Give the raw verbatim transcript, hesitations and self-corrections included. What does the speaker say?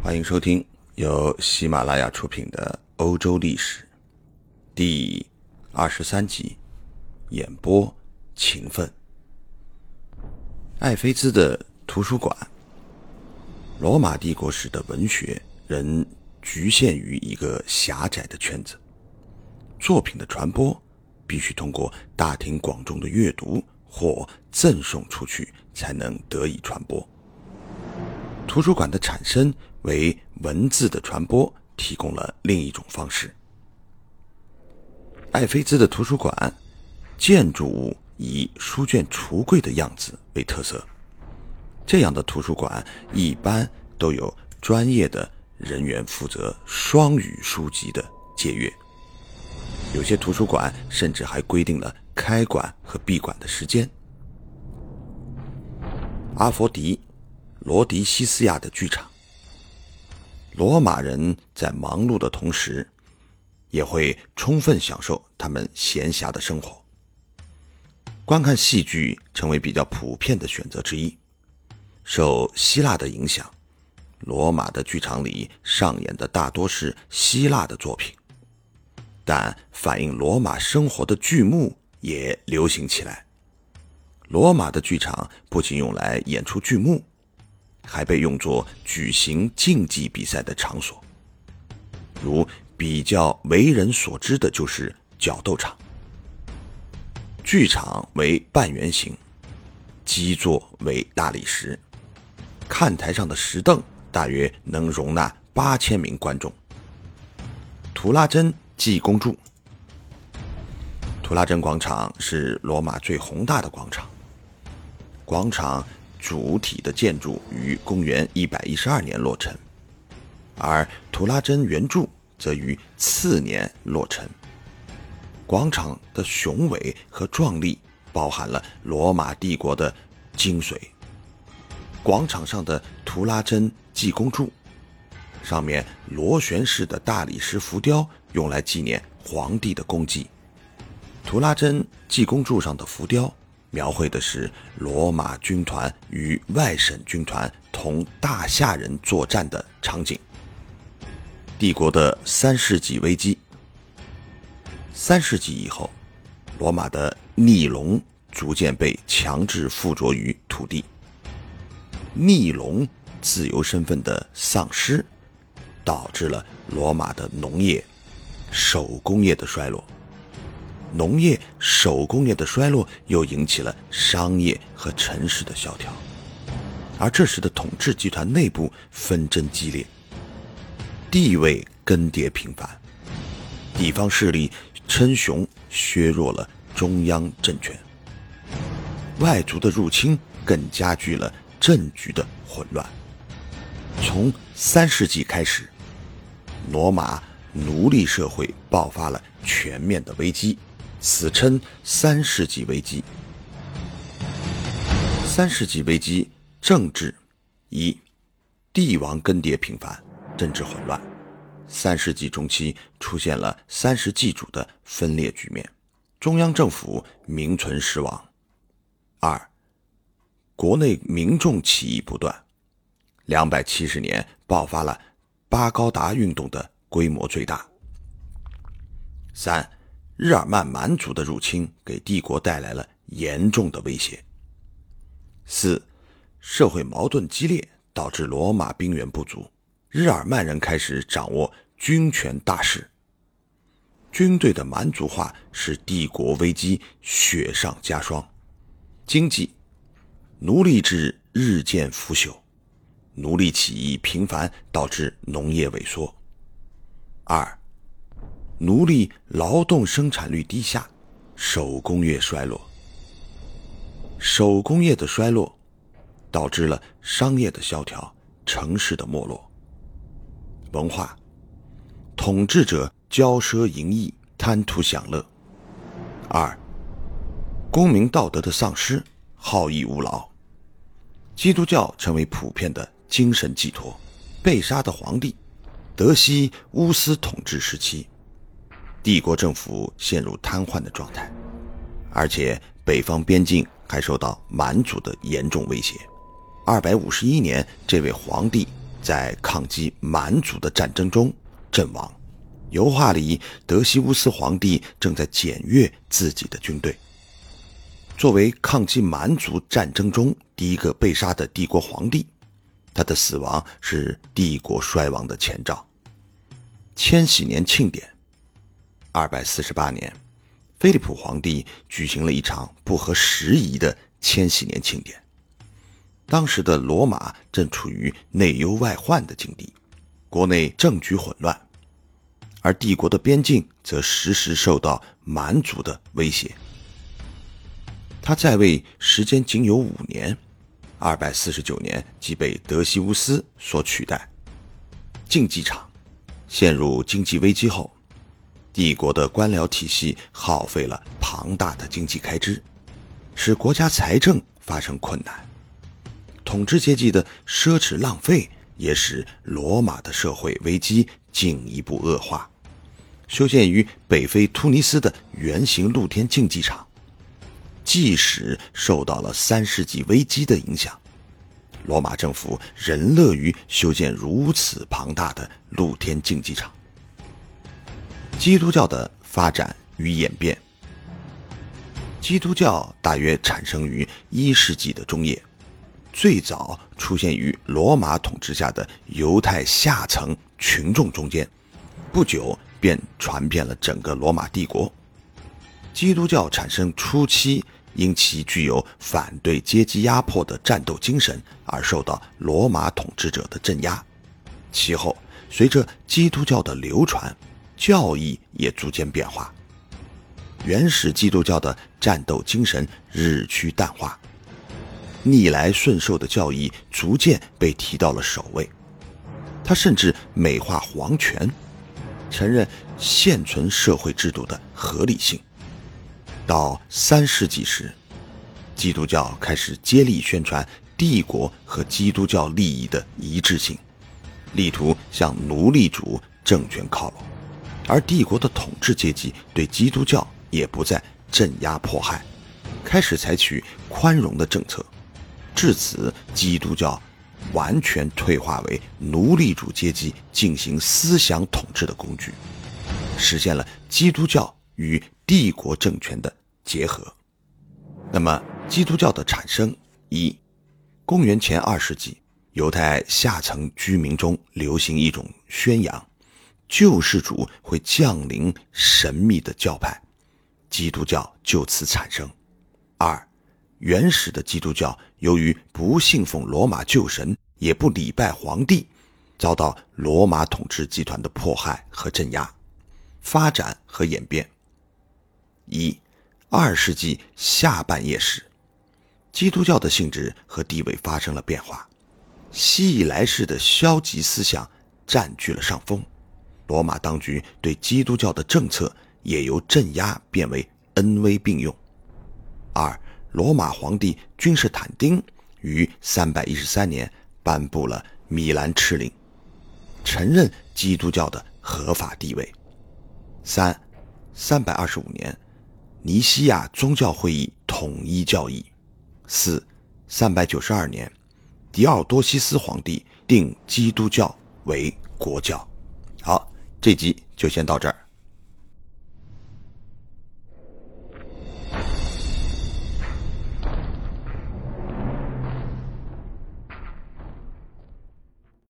欢迎收听由喜马拉雅出品的欧洲历史第二十三集，演播勤奋。艾菲兹的图书馆。罗马帝国时的文学仍局限于一个狭窄的圈子，作品的传播必须通过大庭广众的阅读或赠送出去才能得以传播。图书馆的产生为文字的传播提供了另一种方式。艾菲兹的图书馆建筑物以书卷橱柜的样子为特色，这样的图书馆一般都有专业的人员负责双语书籍的借阅，有些图书馆甚至还规定了开馆和闭馆的时间。阿佛迪罗迪西斯亚的剧场。罗马人在忙碌的同时，也会充分享受他们闲暇的生活。观看戏剧成为比较普遍的选择之一。受希腊的影响，罗马的剧场里上演的大多是希腊的作品，但反映罗马生活的剧目也流行起来。罗马的剧场不仅用来演出剧目，还被用作举行竞技比赛的场所，如比较为人所知的就是角斗场。剧场为半圆形，基座为大理石，看台上的石凳大约能容纳八千名观众。图拉真祭公柱。图拉真广场是罗马最宏大的广场，广场主体的建筑于公元一百一十二年落成，而图拉真圆柱则于次年落成。广场的雄伟和壮丽包含了罗马帝国的精髓。广场上的图拉真祭公柱，上面螺旋式的大理石浮雕用来纪念皇帝的功绩。图拉真祭公柱上的浮雕描绘的是罗马军团与外省军团同大夏人作战的场景。帝国的三世纪危机。三世纪以后，罗马的逆龙逐渐被强制附着于土地。逆龙自由身份的丧失，导致了罗马的农业、手工业的衰落。农业、手工业的衰落又引起了商业和城市的萧条，而这时的统治集团内部纷争激烈，地位更迭频繁，地方势力称雄削弱了中央政权，外族的入侵更加剧了政局的混乱。从三世纪开始，罗马奴隶社会爆发了全面的危机，此称三世纪危机。三世纪危机政治。一、帝王更迭频繁，政治混乱。三世纪中期出现了三十祭主的分裂局面，中央政府名存实亡。二、国内民众起义不断，两百七十年爆发了巴高达运动的规模最大。三、日耳曼蛮族的入侵给帝国带来了严重的威胁。四、社会矛盾激烈，导致罗马兵源不足，日耳曼人开始掌握军权大势。军队的蛮族化使帝国危机雪上加霜。经济，奴隶制日渐腐朽，奴隶起义频繁，导致农业萎缩。二、奴隶劳动生产率低下，手工业衰落。手工业的衰落导致了商业的萧条，城市的没落。文化，统治者骄奢淫逸，贪图享乐。二、公民道德的丧失，好逸恶劳。基督教成为普遍的精神寄托。被杀的皇帝，德西乌斯统治时期，帝国政府陷入瘫痪的状态，而且北方边境还受到蛮族的严重威胁。二百五十一年，这位皇帝在抗击蛮族的战争中阵亡。油画里，德西乌斯皇帝正在检阅自己的军队。作为抗击蛮族战争中第一个被杀的帝国皇帝，他的死亡是帝国衰亡的前兆。千禧年庆典，二百四十八年，菲利普皇帝举行了一场不合时宜的千禧年庆典。当时的罗马正处于内忧外患的境地，国内政局混乱，而帝国的边境则时时受到蛮族的威胁。他在位时间仅有五年，二百四十九年即被德西乌斯所取代。竞技场陷入经济危机后，帝国的官僚体系耗费了庞大的经济开支，使国家财政发生困难。统治阶级的奢侈浪费也使罗马的社会危机进一步恶化。修建于北非突尼斯的圆形露天竞技场，即使受到了三世纪危机的影响，罗马政府仍乐于修建如此庞大的露天竞技场。基督教的发展与演变。基督教大约产生于一世纪的中叶，最早出现于罗马统治下的犹太下层群众中间，不久便传遍了整个罗马帝国。基督教产生初期，因其具有反对阶级压迫的战斗精神而受到罗马统治者的镇压。其后，随着基督教的流传，教义也逐渐变化，原始基督教的战斗精神日趋淡化，逆来顺受的教义逐渐被提到了首位。他甚至美化皇权，承认现存社会制度的合理性。到三世纪时，基督教开始接力宣传帝国和基督教利益的一致性，力图向奴隶主政权靠拢，而帝国的统治阶级对基督教也不再镇压迫害，开始采取宽容的政策，至此基督教完全退化为奴隶主阶级进行思想统治的工具，实现了基督教与帝国政权的结合。那么基督教的产生。一、公元前二世纪，犹太下层居民中流行一种宣扬救世主会降临神秘的教派，基督教就此产生。二、原始的基督教由于不信奉罗马旧神，也不礼拜皇帝，遭到罗马统治集团的迫害和镇压。发展和演变。一、二世纪下半叶时，基督教的性质和地位发生了变化，希以来式的消极思想占据了上风，罗马当局对基督教的政策也由镇压变为恩威并用。二、罗马皇帝君士坦丁于三百一十三年颁布了米兰敕令，承认基督教的合法地位。三、三百二十五年，尼西亚宗教会议统一教义。四、三百九十二年，狄奥多西斯皇帝定基督教为国教。好，这集就先到这儿。